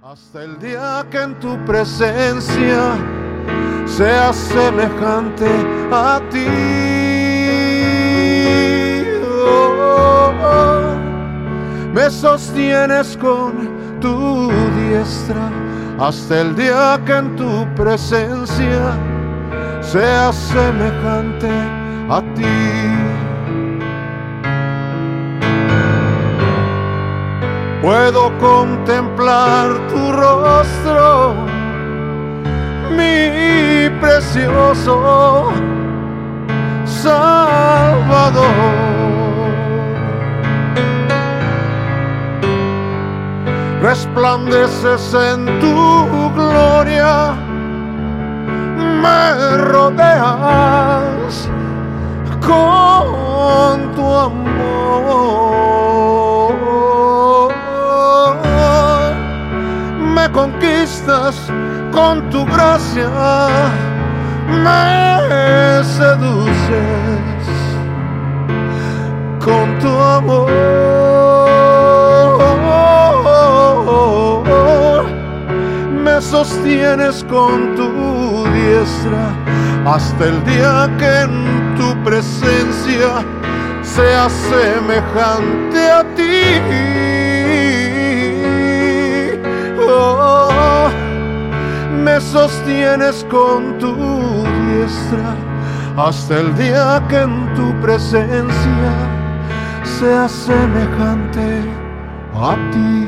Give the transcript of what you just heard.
Hasta el día que en tu presencia sea semejante a ti. Oh, oh. Me sostienes con tu diestra hasta el día que en tu presencia sea semejante a ti. Puedo contemplar tu rostro, mi precioso Salvador. Resplandeces en tu gloria, me rodeas con tu amor. Me conquistas con tu gracia, me seduces con tu amor. Me sostienes con tu diestra hasta el día que en tu presencia sea semejante a ti. Oh, me sostienes con tu diestra hasta el día que en tu presencia sea semejante a ti.